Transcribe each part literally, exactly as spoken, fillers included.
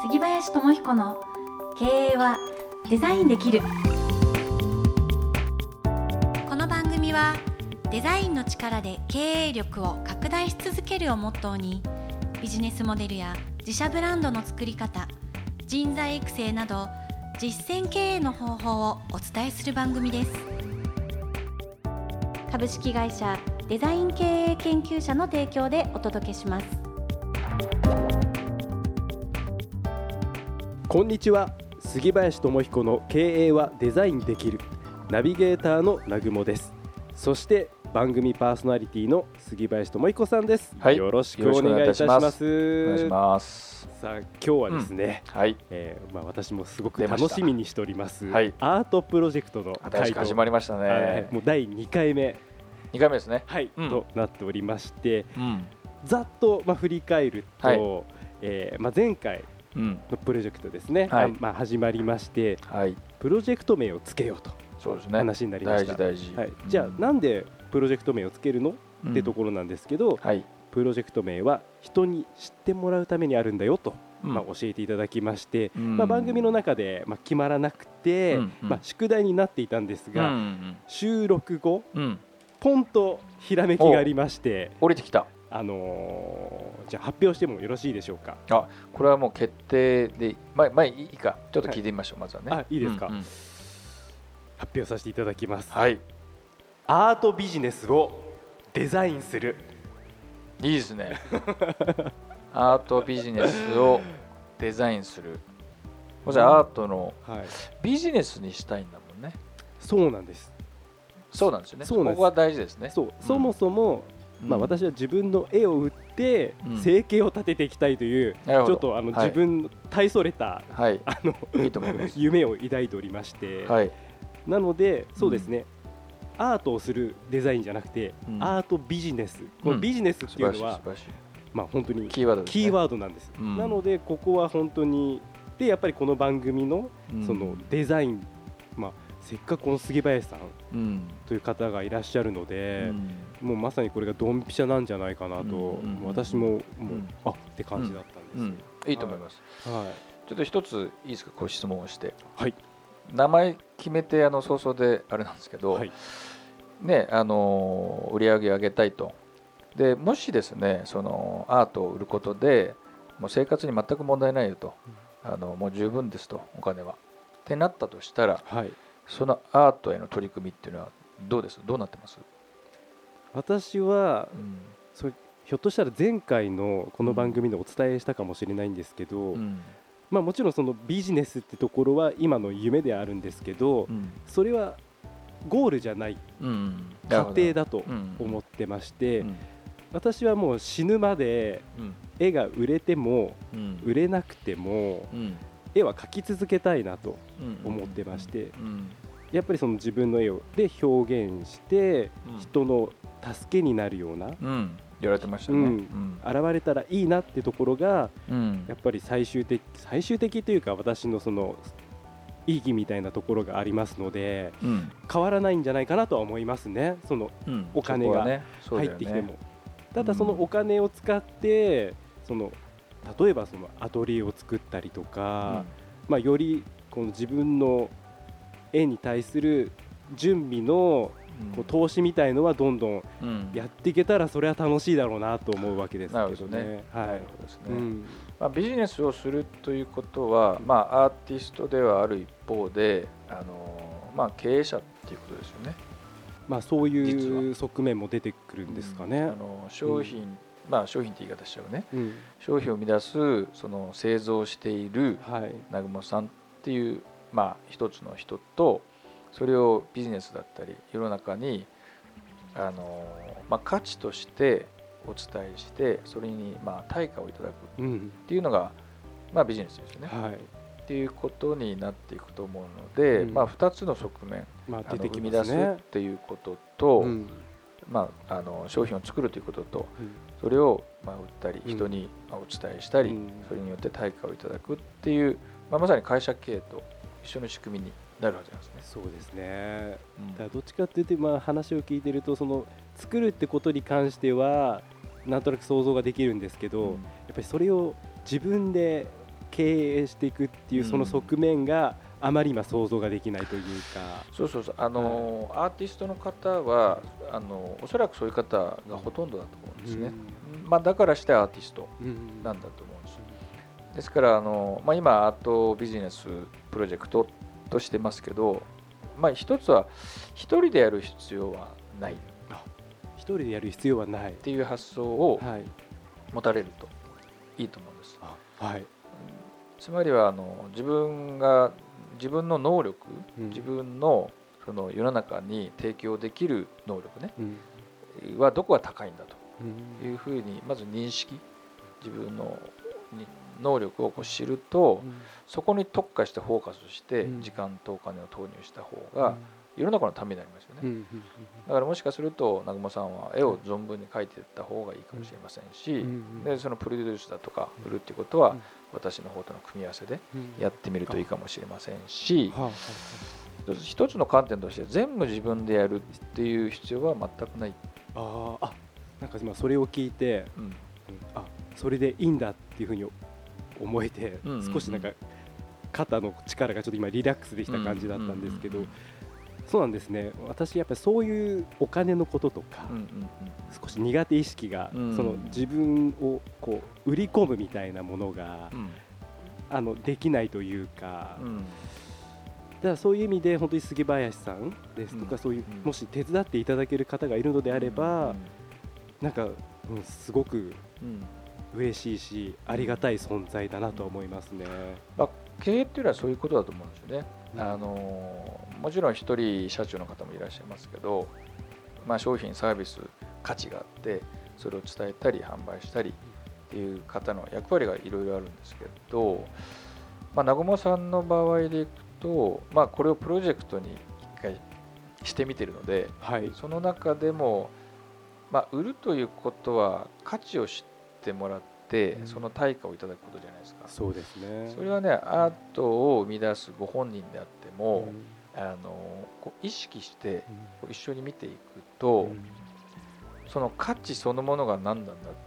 杉林智彦の経営はデザインできる。この番組はデザインの力で経営力を拡大し続けるをモットーに、ビジネスモデルや自社ブランドの作り方、人材育成など実践経営の方法をお伝えする番組です。株式会社デザイン経営研究者の提供でお届けします。 こんにちは。杉林智彦の経営はデザインできるナビゲーターの南雲です。そして番組パーソナリティの杉林智彦さんです、 はい、 よろしくお願いいたします。 お願いします。 さあ今日はですね、 うんはいえーまあ、私もすごく楽しみにしております、 はい、 アートプロジェクトの新しく始まりましたね、 はい、もうだいにかいめにかいめですね、 はいうん、 となっておりまして、 うん、 ざっと、まあ、振り返ると、はいえーまあ、前回のプロジェクトですね、うんまあ、始まりまして、はい、プロジェクト名をつけようとそうですね、 話になりました。 大事大事、 はい、じゃあ、うん、なんでプロジェクト名をつけるの、うん、ってところなんですけど、はい、プロジェクト名は人に知ってもらうためにあるんだよと、うんまあ、教えていただきまして、うんまあ、番組の中で、まあ、決まらなくて、うんうんまあ、宿題になっていたんですが、うんうん、収録後、うん、ポンとひらめきがありまして降りてきた、 あのー、じゃあ発表してもよろしいでしょうか。 あ、これはもう決定で、まあ、まあいいか、ちょっと聞いてみましょう、はい、まずはね。 あ、いいですか、うんうん、発表させていただきます、 はい、 アートビジネスをデザインする。 いいですねアートビジネスをデザインする。これアートのビジネスにしたいんだもんね。 そうなんです。 そうなんですよね。ここは大事ですね。 そう、うん、そもそも、まあ、私は自分の絵を売って生計を立てていきたいという、うん、ちょっとあの、はい、自分の大それた、はい、あのいいと思います夢を抱いておりまして、はい、なのでそうですね、うん、アートをするデザインじゃなくて、うん、アートビジネス、このビジネスっていうのは、まあ、本当にキーワードですね。キーワードなんです、うん、なのでここは本当にでやっぱりこの番組のそのデザイン、まあ、せっかくこの杉林さんという方がいらっしゃるので、うん、もうまさにこれがドンピシャなんじゃないかなと、うんうん、私ももう、うん、あって感じだったんです、うんうん、いいと思います、はいはい、ちょっと一ついいですか、こう質問をして、 はい、 名前決めてあの早々であれなんですけど、はいね、あの売り上げを上げたいと。でもしですね、そのアートを売ることでもう生活に全く問題ないよと、うん、あのもう十分ですと、お金はってなったとしたら、はい、そのアートへの取り組みっていうのはどうです、どうなってます？ 私は、うん、それひょっとしたら前回のこの番組でお伝えしたかもしれないんですけど、うんまあ、もちろんそのビジネスってところは今の夢であるんですけど、うん、それはゴールじゃない、うん、過程だと思ってまして、うんうん、私はもう死ぬまで絵が売れても、うん、売れなくても、うん、絵は描き続けたいなと思ってまして、うんうん、やっぱりその自分の絵をで表現して人の助けになるような、 うん、言われてましたね、うん、 現れたらいいなってところが、うん、やっぱり最終的最終的というか私のその意義みたいなところがありますので、うん、変わらないんじゃないかなとは思いますね。そのお金が入ってきても、ね、ただそのお金を使ってその例えばそのアトリエを作ったりとか、うんまあ、よりこの自分の絵に対する準備のこう投資みたいのはどんどんやっていけたらそれは楽しいだろうなと思うわけですけどね。 まあ、ビジネスをするということは、まあ、アーティストではある一方であの、まあ、経営者っていうことですよね。 まあ、そういう側面も出てくるんですかね。うん、あの商品、うんまあ、商品って言い方しちゃうね、うん、商品を生み出すその製造している南雲さんっていう、まあ、一つの人とそれをビジネスだったり世の中にあの、まあ、価値としてお伝えしてそれにまあ対価をいただくっていうのが、まあ、ビジネスですよね、はい、っていうことになっていくと思うので、うんまあ、ふたつの側面、まあ、出てきますね、生み出すっていうことと、うんまあ、あの商品を作るということと、うん、それをまあ売ったり人にお伝えしたり、うん、それによって対価をいただくっていう、まあ、まさに会社経営と一緒の仕組みになるはずなんですね。 そうですね、うん、だからどっちかというと、まあ、話を聞いてるとその作るってことに関してはなんとなく想像ができるんですけど、うん、やっぱりそれを自分で経営していくっていうその側面があまり今想像ができないというか、 うん、そうそうそう、あの、はい、アーティストの方はあのおそらくそういう方がほとんどだと思うんですね、うん、まあ、だからしてアーティストなんだと思うんです、うん、ですからあの、まあ、今アートビジネスプロジェクトとしてますけど、まあ、一つは一人でやる必要はない、 一人でやる必要はないっていう発想を持たれるといいと思うんです、 はい、 つまりはあの自分が自分の能力、うん、自分のその世の中に提供できる能力ね、うん、はどこが高いんだというふうにまず認識、自分の能力をこう知ると、うん、そこに特化してフォーカスして時間とお金を投入した方が世の中のためになりますよね、うん、だからもしかすると南雲さんは絵を存分に描いていった方がいいかもしれませんし、うん、でそのプロデュースだとか売るっていうことは私の方との組み合わせでやってみるといいかもしれませんし、一つの観点として全部自分でやるっていう必要は全くない。 ああ、なんか今それを聞いて、うん、あ、それでいいんだっていうふうに思えて、うんうんうん、少しなんか肩の力がちょっと今リラックスできた感じだったんですけど、うんうんうん、そうなんですね。私やっぱりそういうお金のこととか、うんうんうん、少し苦手意識が、うんうん、その自分をこう売り込むみたいなものが、うん、あのできないというか、うん、だからそういう意味で本当に杉林さんですとか、うん、そういうもし手伝っていただける方がいるのであれば、うんうん、なんか、うん、すごく嬉しいし、ありがたい存在だなと思いますね。 まあ、経営っていうのはそういうことだと思うんですよね。あのもちろん一人社長の方もいらっしゃいますけど、まあ、商品サービス価値があってそれを伝えたり販売したりっていう方の役割がいろいろあるんですけど、まあ、南雲さんの場合でいくと、まあ、これをプロジェクトに一回してみてるので、はい、その中でも、まあ、売るということは価値を知ってもらってその対価をいただくことじゃないですか。 そうですね。 それはね、アートを生み出すご本人であっても、うん、あのこう意識してこう一緒に見ていくと、うん、その価値そのものが何なんだっていう、うん、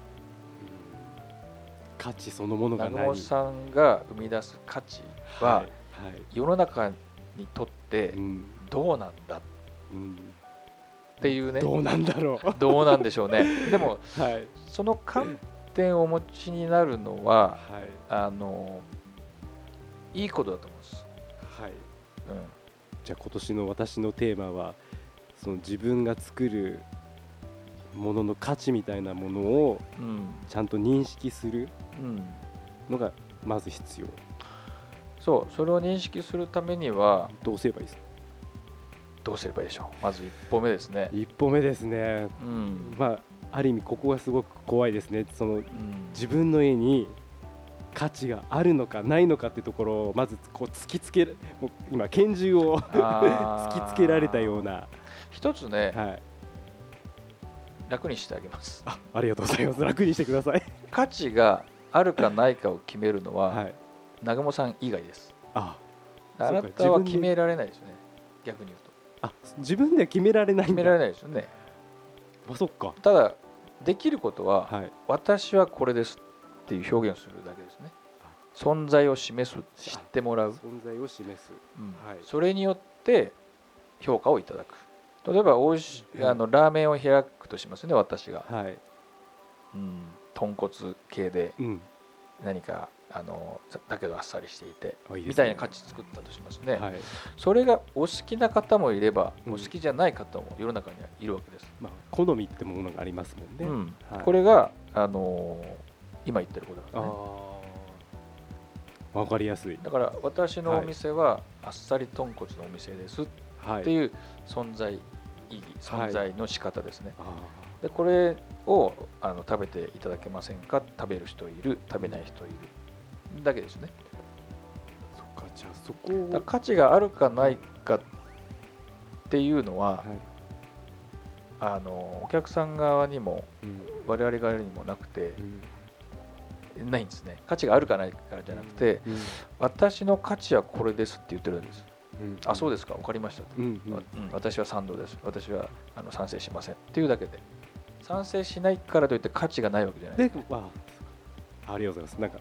価値そのものが何、 南雲さんが生み出す価値は、はいはい、世の中にとってどうなんだ、うん、っていうね、 どうなんだろうどうなんでしょうね。でも、はい、その観点をお持ちになるのは、はい、あのいいことだと思うんです。はい、うん、 じゃあ今年の私のテーマはその自分が作るものの価値みたいなものをちゃんと認識するのがまず必要、うん、 そう、それを認識するためにはどうすればいいですか。 どうすればいいでしょう。まず一歩目ですね。 一歩目ですね、うん、まあある意味ここがすごく怖いですね。その、うん、自分の絵に価値があるのかないのかっていうところをまずこう突きつける、もう今拳銃を突きつけられたような。 一つね、はい、楽にしてあげます。 あ, ありがとうございます。楽にしてください。 価値があるかないかを決めるのは、はい、南雲さん以外です。ああなたは決められないですよね。逆に言うと、 あ、自分では決められないんだ。 決められないですよね。 あ、そっか。 ただできることは、はい、私はこれですっていう表現をするだけですね。存在を示す、知ってもらう、 存在を示す、 うんはい、それによって評価をいただく。例えばおいし、うん、あのラーメンを開くとしますね、私が、はいうん、豚骨系で何か、うん、あのだけどあっさりしていていい、ね、みたいな価値作ったとしますね、はい、それがお好きな方もいれば、うん、お好きじゃない方も世の中にはいるわけです、 まあ、好みってものがありますもんね、うんはい、これが、あのー、今言ってることなんですね。 あ、わかりやすい。 だから私のお店はあっさり豚骨のお店ですっていう存在意義、存在の仕方ですね、はい、でこれをあの食べていただけませんか。食べる人いる、食べない人いるだけですね。 そっか、じゃあそこを価値があるかないかっていうのは、はい、あのお客さん側にも、うん、我々側にもなくて、うん、ないんですね。価値があるかないからじゃなくて、うんうん、私の価値はこれですって言ってるんです、うんうん、あ、そうですか、分かりました、うんうんうん、私は賛同です、私はあの賛成しませんっていうだけで、賛成しないからといって価値がないわけじゃないですか。 で、まあ、ありがとうございます。なんか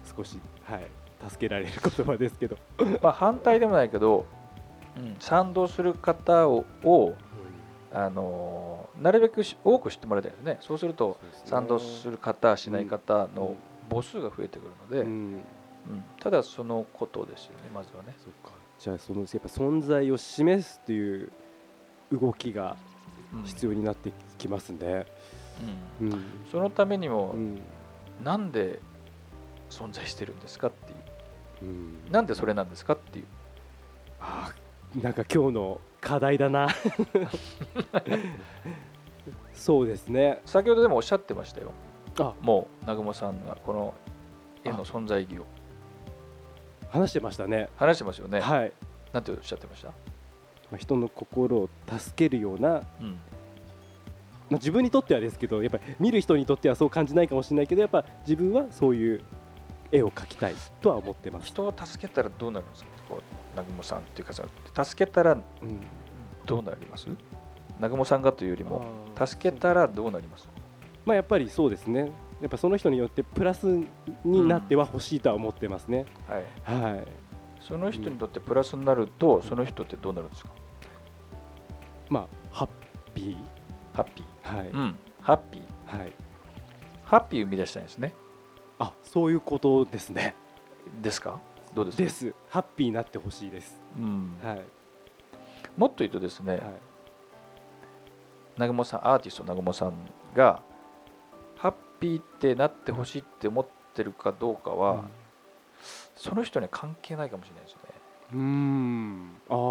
少し、はい、助けられる言葉ですけどまあ反対でもないけど、うん、賛同する方を、をうん、あのなるべく多く知ってもらいたいですね。そうすると賛同する方しない方の母数が増えてくるので、うんうん、ただそのことですよね、まずはね。 そうか。じゃあそのやっぱ存在を示すという動きが必要になってきますね、 うんうん、そのためにも、うん、なんで存在してるんですかっていう、うん、なんでそれなんですかっていう。 ああ、なんか今日の課題だなそうですね。 先ほどでもおっしゃってましたよ。あ、もう南雲さんがこの絵の存在意義を話してましたね。 話してますよね。 はい。 なんておっしゃってました？ 人の心を助けるような、うん、まあ、自分にとってはですけど、やっぱり見る人にとってはそう感じないかもしれないけど、やっぱ自分はそういう絵を描きたいとは思ってます。 人を助けたらどうなるんですか？こう南雲さんっていうか、助けたらどうなります？うん、南雲さんがというよりも助けたらどうなります？ まあ、やっぱりそうですね。やっぱその人によってプラスになってはほしいとは思ってますね、うん、はい、はい。 その人にとってプラスになると、うん、その人ってどうなるんですか？ まあハッピーハッピー、はい、 うん、ハッピー、はい、ハッピー生み出したいんですね。 あ、そういうことですね。 ですか？どうですか？ です。ハッピーになってほしいです、うん、はい。 もっと言うとですね、はい、南雲さん、アーティスト南雲さんがハッピーってなってほしいって思ってるかどうかは、うん、その人には関係ないかもしれないですよね。 うーん、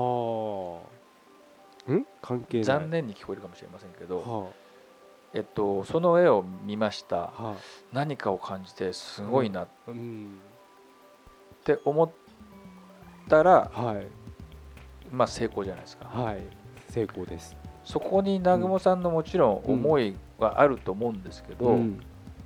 ああ、ん関係ない。 残念に聞こえるかもしれませんけど、はあ、えっと、その絵を見ました、はあ、何かを感じてすごいなって思ったら、はい、まあ成功じゃないですか。 はい、成功です。 そこに南雲さんのもちろん思いはあると思うんですけど、うん、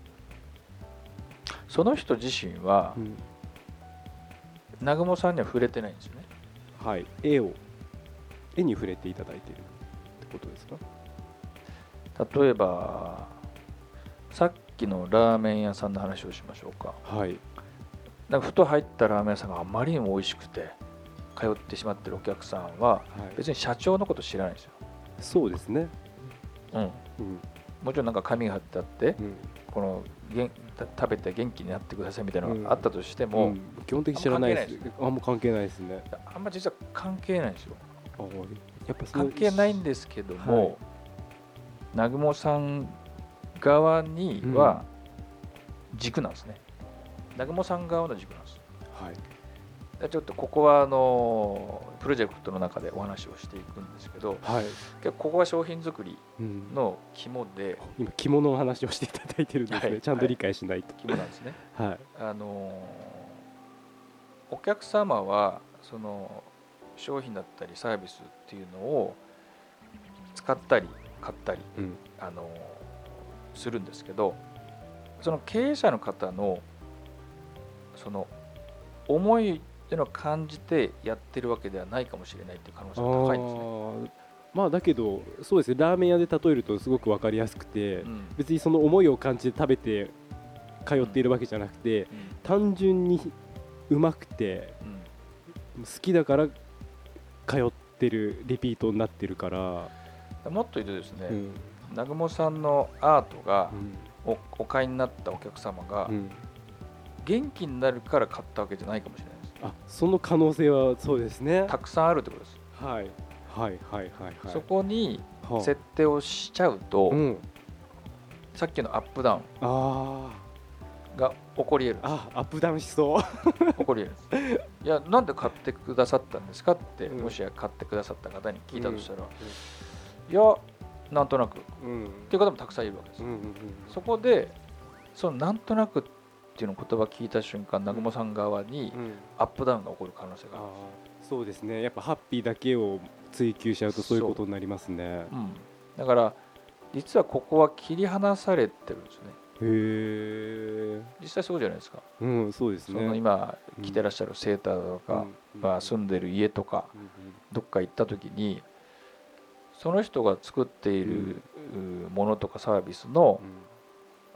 その人自身は、うん、南雲さんには触れてないんですよね。 はい、絵を絵に触れていただいているってことですか？ 例えばさっきのラーメン屋さんの話をしましょうか。はい。なんかふと入ったラーメン屋さんがあまりにも美味しくて通ってしまっているお客さんは別に社長のこと知らないですよ。 そうですね、 うんうん、もちろんなんか紙が貼ってあって、うん、このげ食べて元気になってくださいみたいなのがあったとしても、うんうん、 基本的に知らないです。あんま関係ないですね。 あんま実は関係ないんですよ。あ、やっぱ関係ないんですけども、はい、南雲さん側には軸なんですね、うん、南雲さん側の軸なんです、はい。ちょっとここはあのプロジェクトの中でお話をしていくんですけど、はい、結構ここは商品作りの肝で、 うん、今肝の話をしていただいてるんですね、はい、ちゃんと理解しないと、 はい、肝なんですね、はい。あのお客様はその商品だったりサービスっていうのを使ったり買ったり、うん、あのするんですけど、その経営者の方のその思いっていうのを感じてやってるわけではないかもしれないっていう可能性が高いんですね。 まあだけどそうですね、ラーメン屋で例えるとすごく分かりやすくて、うん、別にその思いを感じて食べて通っているわけじゃなくて、うん、単純にうまくて、うん、好きだから通ってるリピートになってるから。 もっと言うとですね、南雲さんのアートが お,、お買いになったお客様が元気になるから買ったわけじゃないかもしれない。 あ、その可能性はそうですね、 たくさんあるってことです。 はい、はいはいはいはい。 そこに設定をしちゃうと、うん、さっきのアップダウンが起こり得るんです。 あ、アップダウンしそう起こり得るんです。いや、なんで買ってくださったんですかって、うん、もしや買ってくださった方に聞いたとしたら、うん、いやなんとなく、うん、っていう方もたくさんいるわけです、うんうんうん、そこでそのなんとなくっていうの言葉聞いた瞬間、南雲さん側にアップダウンが起こる可能性があるんです、 うん、そうですね。やっぱハッピーだけを追求しちゃうとそういうことになりますね、 うん、だから実はここは切り離されてるんですね。へえ。実際そうじゃないですか、 うん、そうですね。 その今着てらっしゃるセーターとか、うんまあ、住んでる家とか、うん、どっか行った時にその人が作っているものとかサービスの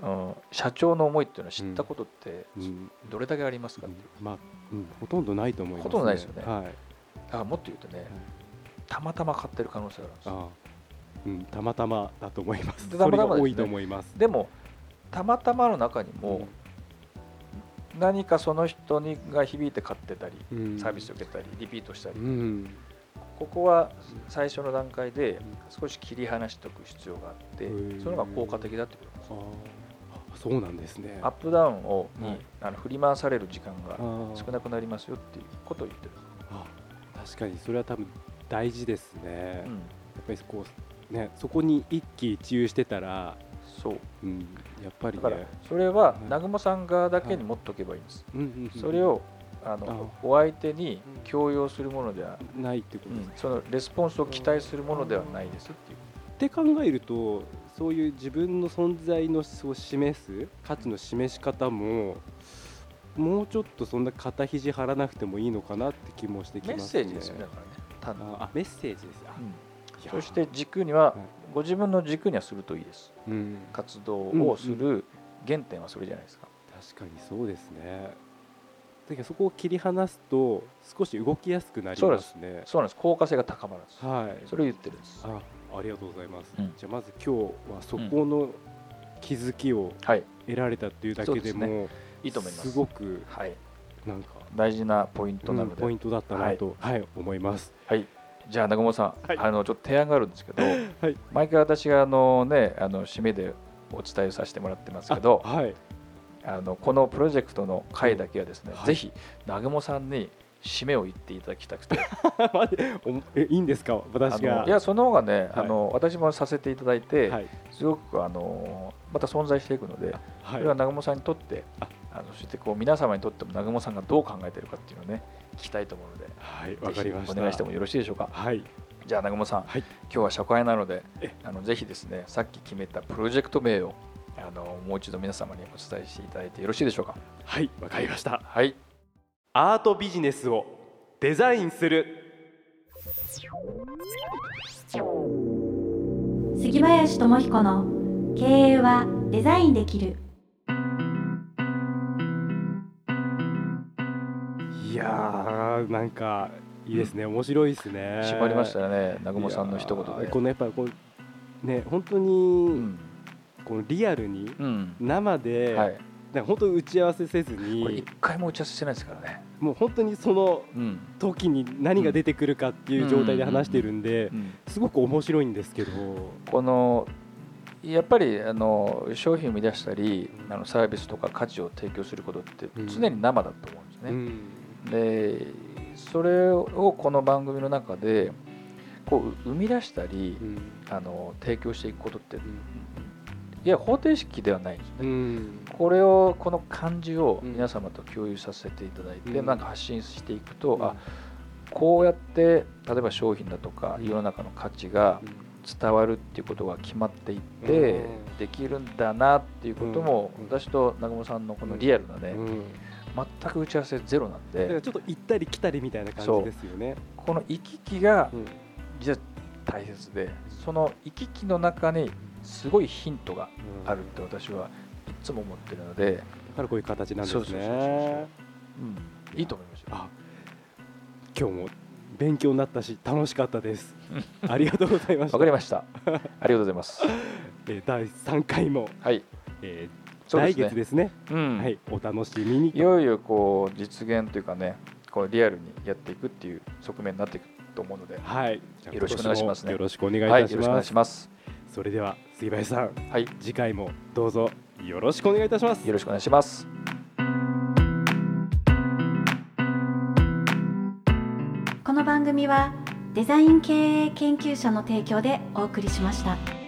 うん、社長の思いっていうのは知ったことってどれだけありますかっていう、 うんうんまあうん、ほとんどないと思います、ね、 ほとんどないですよね、 はい、 だからもっと言うとね、はい、たまたま買ってる可能性があるんですよ。 ああ、うん、たまたまだと思います。それが多いと思います。 でもたまたまの中にも何かその人にが響いて買ってたり、うん、サービスを受けたりリピートしたり、うん、ここは最初の段階で少し切り離しておく必要があって、うん、それが効果的だってことです。 あ、そうなんですね。 アップダウンをに、はい、あの振り回される時間が少なくなりますよっていうことを言ってる。 あ、確かにそれは多分大事ですね、うん、やっぱりこう、ね、そこに一喜一憂してたらそう、 うん、やっぱり、ね、 だからそれは南雲さん側だけに持っておけばいいんです、はい、それをあのあお相手に強要するものではないってことです、 うん、そのレスポンスを期待するものではないですっていう。 って考えるとそういう自分の存在のを示す価値の示し方ももうちょっとそんな肩肘張らなくてもいいのかなって気もしてきますね。 メッセージですよね。だからね。 ただあメッセージです、 うん、そして軸には、はい、ご自分の軸にはするといいです、うん、活動をする原点はそれじゃないですか、 うんうん、確かにそうですね。だけどそこを切り離すと少し動きやすくなりますね。 そうなんです。効果性が高まるんです、 はい、 それを言ってるんです。 あありがとうございます、うん、じゃあまず今日はそこの気づきを得られたというだけでも、はい、ね、 いいと思います。 すごくなんか大事なポイントなので、 うん、ポイントだったなと、はいはい、思います。 はい、じゃあ南雲さん、はい、あのちょっと提案があるんですけど、はい、毎回私があの、ね、あの締めでお伝えさせてもらってますけど、あ、はい、あのこのプロジェクトの回だけはですね、うん、ぜひ南雲さんに締めを言っていただきたくてえいいんですか私が。 いやその方がね、はい、あの私もさせていただいて、はい、すごくあのまた存在していくので、はい、それは南雲さんにとってあのそしてこう皆様にとっても南雲さんがどう考えているかっていうのをね聞きたいと思うので、 はい、わかりました。 お願いしてもよろしいでしょうか。 はい、 じゃあ南雲さん、はい、今日は初回なのであのぜひですねさっき決めたプロジェクト名をあのもう一度皆様にお伝えしていただいてよろしいでしょうか。 はい、わかりました。 はい、 アートビジネスをデザインする杉林智彦の経営はデザインできる。 いやーなんかいいですね、面白いですね。 締まりましたよね南雲さんの一言で。 このやっぱりこうね本当に、うん、このリアルに、うん、生で、はい、なんか本当に打ち合わせせずに、 これ一回も打ち合わせしてないですからね。 もう本当にその時に何が出てくるかっていう状態で話してるんで、すごく面白いんですけど、 このやっぱりあの商品を生み出したり、あのサービスとか価値を提供することって常に生だと思うんですね、うん、でそれをこの番組の中でこう生み出したり、うん、あの提供していくことっていや方程式ではないんですね、うん、これをこの感じを皆様と共有させていただいて、うん、なんか発信していくと、うん、あこうやって例えば商品だとか世の中の価値が伝わるっていうことが決まっていってできるんだなっていうことも、私と南雲さんのこのリアルなね、全く打ち合わせゼロなんで、だからちょっと行ったり来たりみたいな感じですよね。 この行き来が実は大切で、その行き来の中にすごいヒントがあるって私はいつも思ってるので、だからこういう形なんですね。そうそうそうそう、 うん、いいと思いました。あ、 今日も勉強になったし楽しかったです。ありがとうございました。 わかりました。ありがとうございます。 えー、だいさんかいも、はい、えー、来月ですね、うん、はい、お楽しみに。 いよいよこう実現というかね、こうリアルにやっていくっていう側面になっていくと思うので、 はい、 よろしくお願いしますね。 よろしくお願いいたします。はい、よろしくお願いします。 それでは杉林さん、はい、次回もどうぞよろしくお願いいたします。 よろしくお願いします。 この番組はデザイン経営研究者の提供でお送りしました。